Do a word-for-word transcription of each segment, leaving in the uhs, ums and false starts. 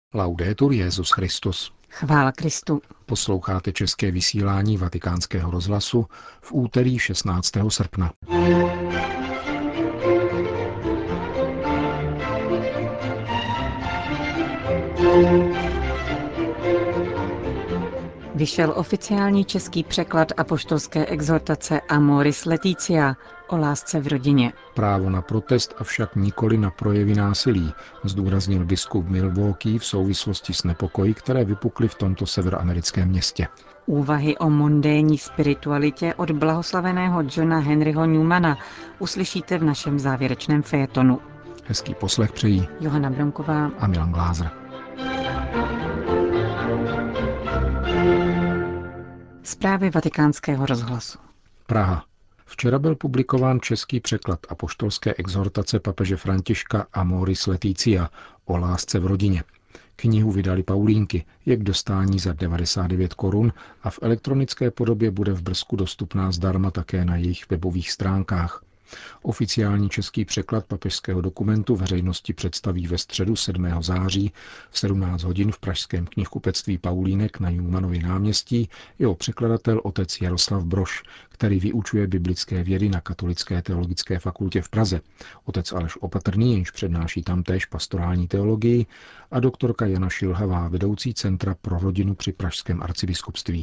Laudetur Jesus Christus. Chvála Kristu. Posloucháte české vysílání Vatikánského rozhlasu v úterý šestnáctého srpna. Vyšel oficiální český překlad apoštolské exhortace Amoris Laetitia o lásce v rodině. Právo na protest, avšak nikoli na projevy násilí, zdůraznil biskup Milwaukee v souvislosti s nepokoji, které vypukly v tomto severoamerickém městě. Úvahy o mondénní spiritualitě od blahoslaveného Johna Henryho Newmana uslyšíte v našem závěrečném fejetonu. Hezký poslech přejí Johana Bronková a Milan Glázer. Zprávy Vatikánského rozhlasu. Praha. Včera byl publikován český překlad apoštolské exhortace papeže Františka Amoris Laetitia o lásce v rodině. Knihu vydali Paulínky, je k dostání za devadesát devět korun a v elektronické podobě bude v brzku dostupná zdarma také na jejich webových stránkách. Oficiální český překlad papežského dokumentu veřejnosti představí ve středu sedmého září v sedmnáct hodin v pražském knihkupectví Paulínek na Newmanově náměstí jeho překladatel otec Jaroslav Brož, který vyučuje biblické vědy na Katolické teologické fakultě v Praze, otec Aleš Opatrný, jenž přednáší tamtéž pastorální teologii, a doktorka Jana Šilhavá, vedoucí Centra pro rodinu při pražském arcibiskupství.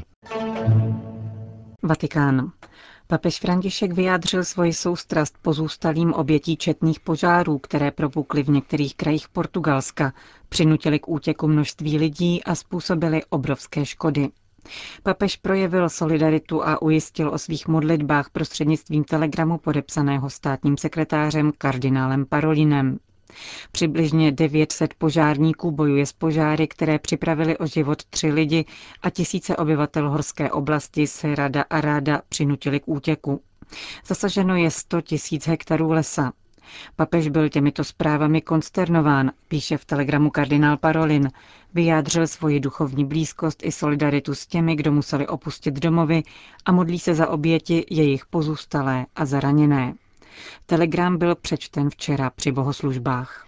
Vatikán. Papež František vyjádřil svoji soustrast pozůstalým obětí četných požárů, které propukly v některých krajích Portugalska, přinutily k útěku množství lidí a způsobily obrovské škody. Papež projevil solidaritu a ujistil o svých modlitbách prostřednictvím telegramu podepsaného státním sekretářem kardinálem Parolinem. Přibližně devět set požárníků bojuje s požáry, které připravili o život tři lidi a tisíce obyvatel horské oblasti Serra da Arada přinutili k útěku. Zasaženo je sto tisíc hektarů lesa. Papež byl těmito zprávami konsternován, píše v telegramu kardinál Parolin. Vyjádřil svoji duchovní blízkost i solidaritu s těmi, kdo museli opustit domovy, a modlí se za oběti, jejich pozůstalé a zraněné. Telegram byl přečten včera při bohoslužbách.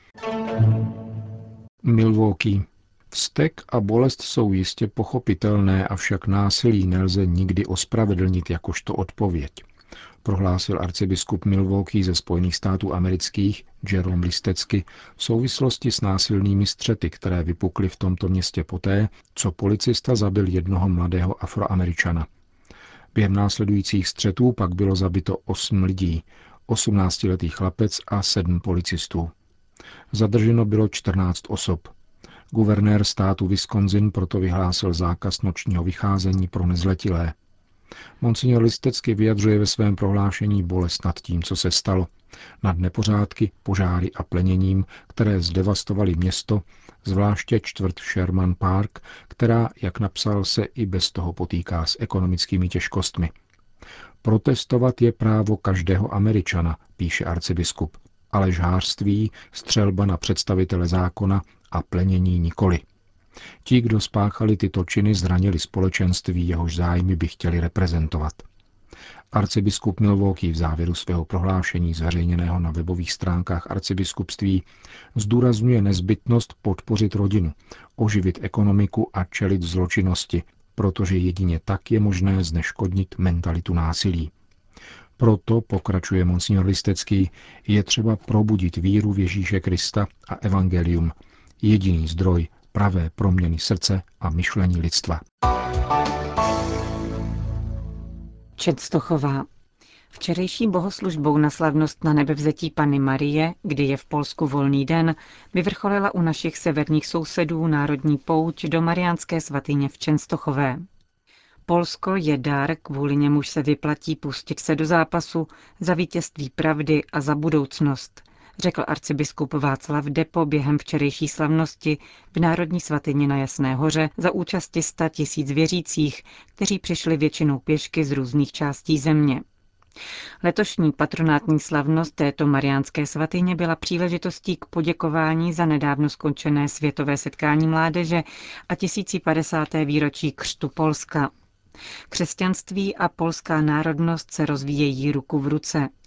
Milwaukee. Vztek a bolest jsou jistě pochopitelné, avšak násilí nelze nikdy ospravedlnit jakožto odpověď, prohlásil arcibiskup Milwaukee ze Spojených států amerických Jerome Listecky v souvislosti s násilnými střety, které vypukly v tomto městě poté, co policista zabil jednoho mladého Afroameričana. Během následujících střetů pak bylo zabito osm lidí, osmnáctiletý chlapec a sedm policistů. Zadrženo bylo čtrnáct osob. Guvernér státu Wisconsin proto vyhlásil zákaz nočního vycházení pro nezletilé. Monsignor Listecky vyjadřuje ve svém prohlášení bolest nad tím, co se stalo, nad nepořádky, požáry a pleněním, které zdevastovaly město, zvláště čtvrt Sherman Park, která, jak napsal, se i bez toho potýká s ekonomickými těžkostmi. Protestovat je právo každého Američana, píše arcibiskup, ale žhářství, střelba na představitele zákona a plenění nikoli. Ti, kdo spáchali tyto činy, zranili společenství, jehož zájmy by chtěli reprezentovat. Arcibiskup Milwaukee v závěru svého prohlášení zveřejněného na webových stránkách arcibiskupství zdůrazňuje nezbytnost podpořit rodinu, oživit ekonomiku a čelit zločinnosti, protože jedině tak je možné zneškodnit mentalitu násilí. Proto, pokračuje monsignor Listecký, je třeba probudit víru v Ježíše Krista a evangelium, jediný zdroj pravé proměny srdce a myšlení lidstva. Częstochová. Včerejší bohoslužbou na slavnost na nebevzetí Panny Marie, kdy je v Polsku volný den, vyvrcholila u našich severních sousedů národní pouť do Mariánské svatyně v Częstochové. Polsko je dar, kvůli němuž se vyplatí pustit se do zápasu za vítězství pravdy a za budoucnost, řekl arcibiskup Václav Depo během včerejší slavnosti v Národní svatyni na Jasné hoře za účasti sta tisíc věřících, kteří přišli většinou pěšky z různých částí země. Letošní patronátní slavnost této mariánské svatyně byla příležitostí k poděkování za nedávno skončené světové setkání mládeže a tisíc padesáté výročí křtu Polska. Křesťanství a polská národnost se rozvíjejí ruku v ruce,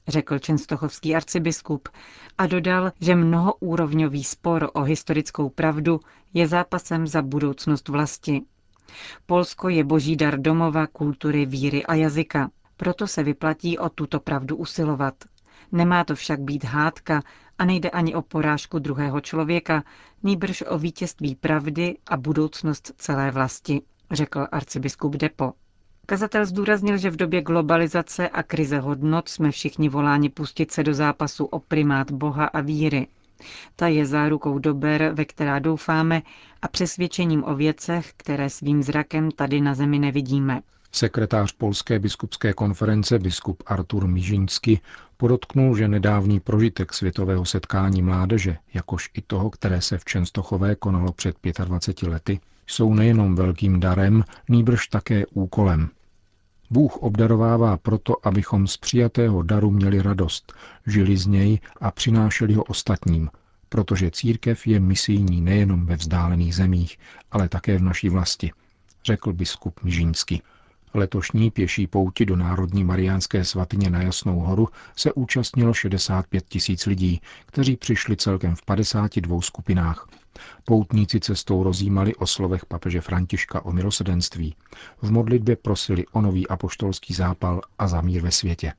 řekl čenstochovský arcibiskup a dodal, že mnohoúrovňový spor o historickou pravdu je zápasem za budoucnost vlasti. Polsko je boží dar domova, kultury, víry a jazyka, proto se vyplatí o tuto pravdu usilovat. Nemá to však být hádka a nejde ani o porážku druhého člověka, nýbrž o vítězství pravdy a budoucnost celé vlasti, řekl arcibiskup Depo. Kazatel zdůraznil, že v době globalizace a krize hodnot jsme všichni voláni pustit se do zápasu o primát Boha a víry. Ta je zárukou dober, ve která doufáme, a přesvědčením o věcech, které svým zrakem tady na zemi nevidíme. Sekretář Polské biskupské konference biskup Artur Mižiňský podotknul, že nedávný prožitek světového setkání mládeže, jakož i toho, které se v Čenstochové konalo před dvaceti pěti lety, jsou nejenom velkým darem, nýbrž také úkolem. Bůh obdarovává proto, abychom z přijatého daru měli radost, žili z něj a přinášeli ho ostatním, protože církev je misijní nejenom ve vzdálených zemích, ale také v naší vlasti, řekl biskup Mižiňský. Letošní pěší pouti do Národní mariánské svatyně na Jasnou horu se účastnilo šedesát pět tisíc lidí, kteří přišli celkem v padesáti dvou skupinách. Poutníci cestou rozjímali o slovech papeže Františka o milosrdenství. V modlitbě prosili o nový apoštolský zápal a za mír ve světě.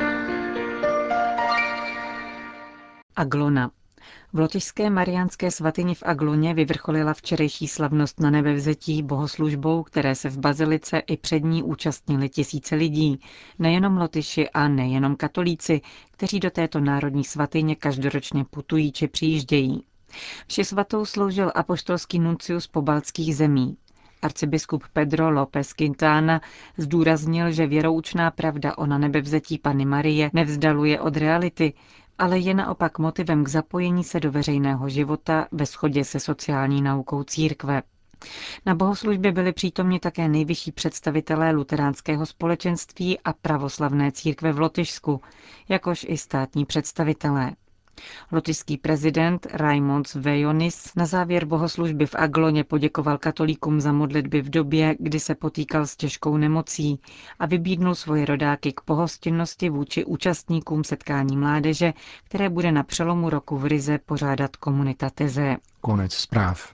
Aglona. V lotyšské mariánské svatyni v Agloně vyvrcholila včerejší slavnost na nebevzetí bohoslužbou, které se v bazilice i před ní účastnili tisíce lidí, nejenom Lotyši a nejenom katolíci, kteří do této národní svatyně každoročně putují či přijíždějí. Vši svatou sloužil apoštolský nuncius pobaltských zemí. Arcibiskup Pedro López Quintana zdůraznil, že věroučná pravda o nanebevzetí Panny Marie nevzdaluje od reality, ale je naopak motivem k zapojení se do veřejného života ve shodě se sociální naukou církve. Na bohoslužbě byli přítomni také nejvyšší představitelé luteránského společenství a pravoslavné církve v Lotyšsku, jakož i státní představitelé. Lotyšský prezident Raimonds Vejonis na závěr bohoslužby v Agloně poděkoval katolíkům za modlitby v době, kdy se potýkal s těžkou nemocí a vybídnul svoje rodáky k pohostinnosti vůči účastníkům setkání mládeže, které bude na přelomu roku v Rize pořádat komunita Teze. Konec zpráv.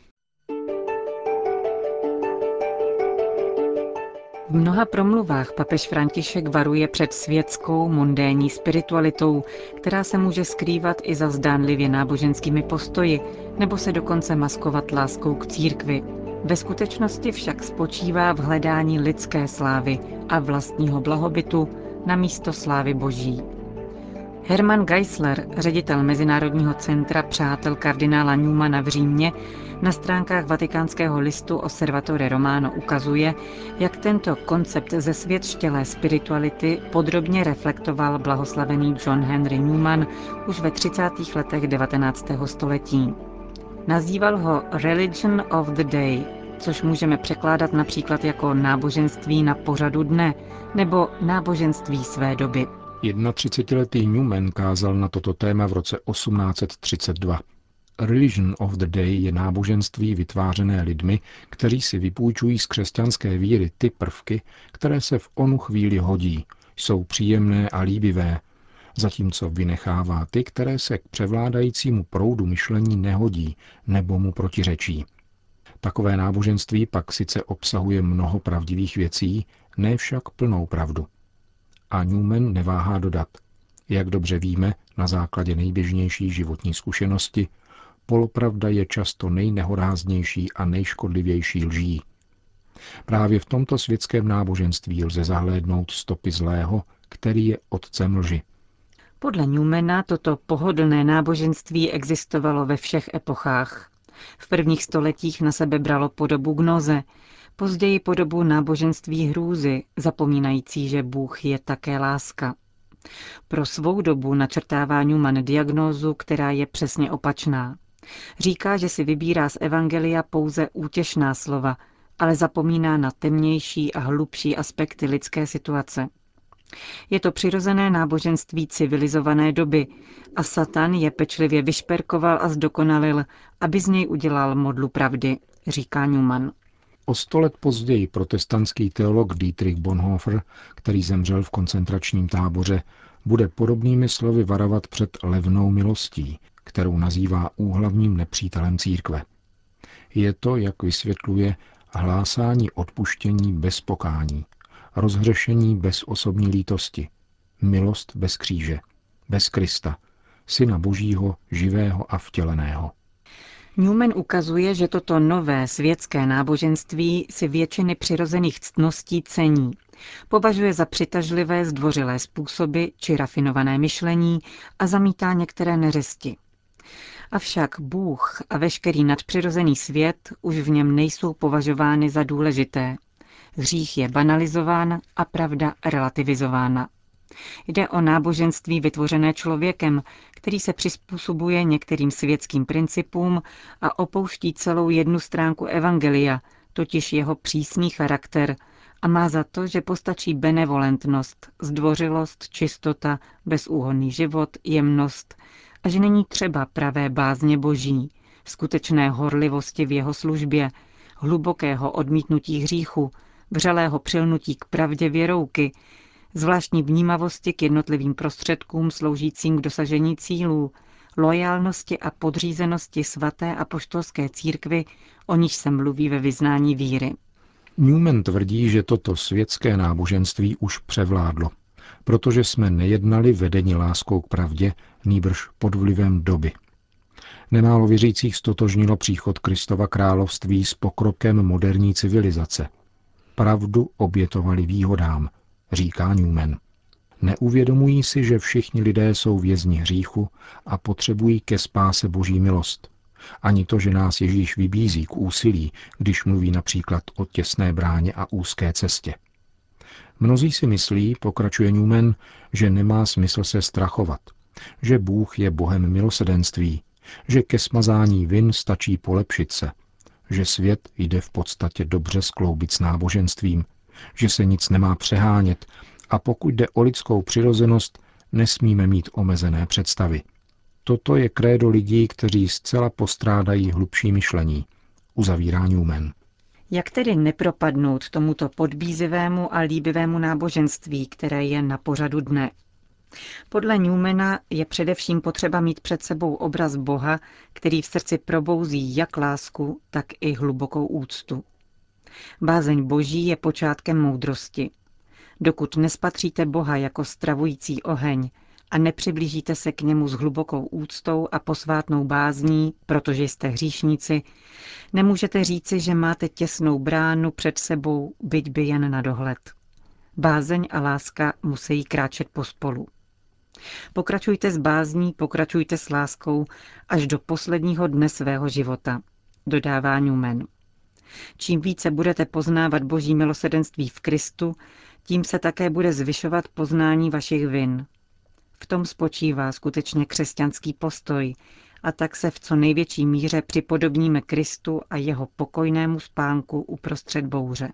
V mnoha promluvách papež František varuje před světskou, mondénní spiritualitou, která se může skrývat i za zdánlivě náboženskými postoji, nebo se dokonce maskovat láskou k církvi. Ve skutečnosti však spočívá v hledání lidské slávy a vlastního blahobytu na místo slávy boží. Hermann Geisler, ředitel Mezinárodního centra přátel kardinála Newmana v Římě, na stránkách vatikánského listu Osservatore Romano ukazuje, jak tento koncept zesvětštělé spirituality podrobně reflektoval blahoslavený John Henry Newman už ve třicátých letech devatenáctého století. Nazýval ho Religion of the Day, což můžeme překládat například jako náboženství na pořadu dne nebo náboženství své doby. třicetiletý Newman kázal na toto téma v roce osmnáct set třicet dva. Religion of the Day je náboženství vytvářené lidmi, kteří si vypůjčují z křesťanské víry ty prvky, které se v onu chvíli hodí, jsou příjemné a líbivé, zatímco vynechává ty, které se k převládajícímu proudu myšlení nehodí nebo mu protiřečí. Takové náboženství pak sice obsahuje mnoho pravdivých věcí, ne však plnou pravdu. A Newman neváhá dodat, jak dobře víme na základě nejběžnější životní zkušenosti, polopravda je často nejnehoráznější a nejškodlivější lží. Právě v tomto světském náboženství lze zahlédnout stopy zlého, který je otcem lži. Podle Newmana toto pohodlné náboženství existovalo ve všech epochách. V prvních stoletích na sebe bralo podobu gnoze, později podobu náboženství hrůzy, zapomínající, že Bůh je také láska. Pro svou dobu načrtává Newman diagnózu, která je přesně opačná. Říká, že si vybírá z evangelia pouze útěšná slova, ale zapomíná na temnější a hlubší aspekty lidské situace. Je to přirozené náboženství civilizované doby a Satan je pečlivě vyšperkoval a zdokonalil, aby z něj udělal modlu pravdy, říká Newman. O sto let později protestantský teolog Dietrich Bonhoeffer, který zemřel v koncentračním táboře, bude podobnými slovy varovat před levnou milostí, kterou nazývá úhlavním nepřítelem církve. Je to, jak vysvětluje, hlásání odpuštění bez pokání, rozhřešení bez osobní lítosti, milost bez kříže, bez Krista, Syna Božího, živého a vtěleného. Newman ukazuje, že toto nové světské náboženství si většiny přirozených ctností cení. Považuje za přitažlivé zdvořilé způsoby či rafinované myšlení a zamítá některé neřesti. Avšak Bůh a veškerý nadpřirozený svět už v něm nejsou považovány za důležité. Hřích je banalizován a pravda relativizována. Jde o náboženství vytvořené člověkem, který se přizpůsobuje některým světským principům a opouští celou jednu stránku evangelia, totiž jeho přísný charakter, a má za to, že postačí benevolentnost, zdvořilost, čistota, bezúhonný život, jemnost a že není třeba pravé bázně Boží, skutečné horlivosti v jeho službě, hlubokého odmítnutí hříchu, vřelého přilnutí k pravdě věrouky, zvláštní vnímavosti k jednotlivým prostředkům sloužícím k dosažení cílů, loajálnosti a podřízenosti svaté apoštolské církvi, o níž se mluví ve vyznání víry. Newman tvrdí, že toto světské náboženství už převládlo, protože jsme nejednali vedeni láskou k pravdě, nýbrž pod vlivem doby. Nemálo věřících stotožnilo příchod Kristova království s pokrokem moderní civilizace. Pravdu obětovali výhodám, říká Newman. Neuvědomují si, že všichni lidé jsou vězni hříchu a potřebují ke spáse Boží milost. Ani to, že nás Ježíš vybízí k úsilí, když mluví například o těsné bráně a úzké cestě. Mnozí si myslí, pokračuje Newman, že nemá smysl se strachovat, že Bůh je Bohem milosrdenství, že ke smazání vin stačí polepšit se, že svět jde v podstatě dobře skloubit s náboženstvím, že se nic nemá přehánět a pokud jde o lidskou přirozenost, nesmíme mít omezené představy. Toto je krédo lidí, kteří zcela postrádají hlubší myšlení, uzavírá Newman. Jak tedy nepropadnout tomuto podbízivému a líbivému náboženství, které je na pořadu dne? Podle Newmana je především potřeba mít před sebou obraz Boha, který v srdci probouzí jak lásku, tak i hlubokou úctu. Bázeň Boží je počátkem moudrosti. Dokud nespatříte Boha jako stravující oheň a nepřiblížíte se k němu s hlubokou úctou a posvátnou bázní, protože jste hříšníci, nemůžete říci, že máte těsnou bránu před sebou, byť by jen na dohled. Bázeň a láska musí kráčet pospolu. Pokračujte s bázní, pokračujte s láskou až do posledního dne svého života, dodává Newman. Čím více budete poznávat Boží milosrdenství v Kristu, tím se také bude zvyšovat poznání vašich vin. V tom spočívá skutečně křesťanský postoj a tak se v co největší míře připodobníme Kristu a jeho pokojnému spánku uprostřed bouře.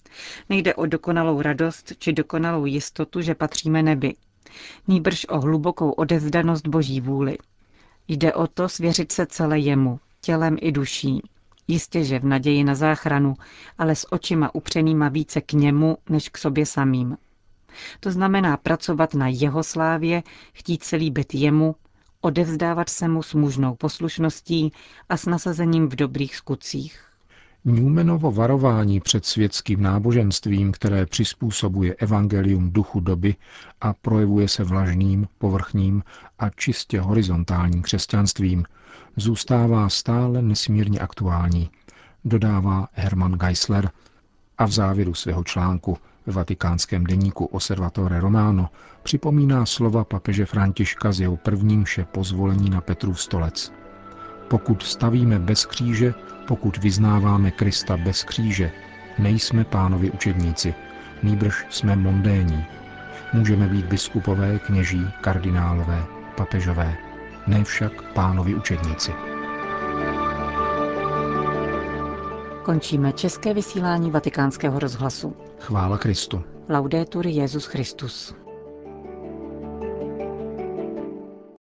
Nejde o dokonalou radost či dokonalou jistotu, že patříme nebi, nýbrž o hlubokou odevzdanost Boží vůli. Jde o to svěřit se celé jemu, tělem i duší. Jistě, že v naději na záchranu, ale s očima upřenýma více k němu, než k sobě samým. To znamená pracovat na jeho slávě, chtít se líbit jemu, odevzdávat se mu s mužnou poslušností a s nasazením v dobrých skutcích. Newmanovo varování před světským náboženstvím, které přizpůsobuje evangelium duchu doby a projevuje se vlažným, povrchním a čistě horizontálním křesťanstvím, zůstává stále nesmírně aktuální, dodává Hermann Geisler a v závěru svého článku ve vatikánském deníku Osservatore Romano připomíná slova papeže Františka z jeho první mše po zvolení na Petrův stolec. Pokud stavíme bez kříže, pokud vyznáváme Krista bez kříže, nejsme Pánovi učedníci, nýbrž jsme mondénní. Můžeme být biskupové, kněží, kardinálové, papežové, ne však Pánovi učedníci. Končíme české vysílání Vatikánského rozhlasu. Chvála Kristu. Laudetur Jesus Christus.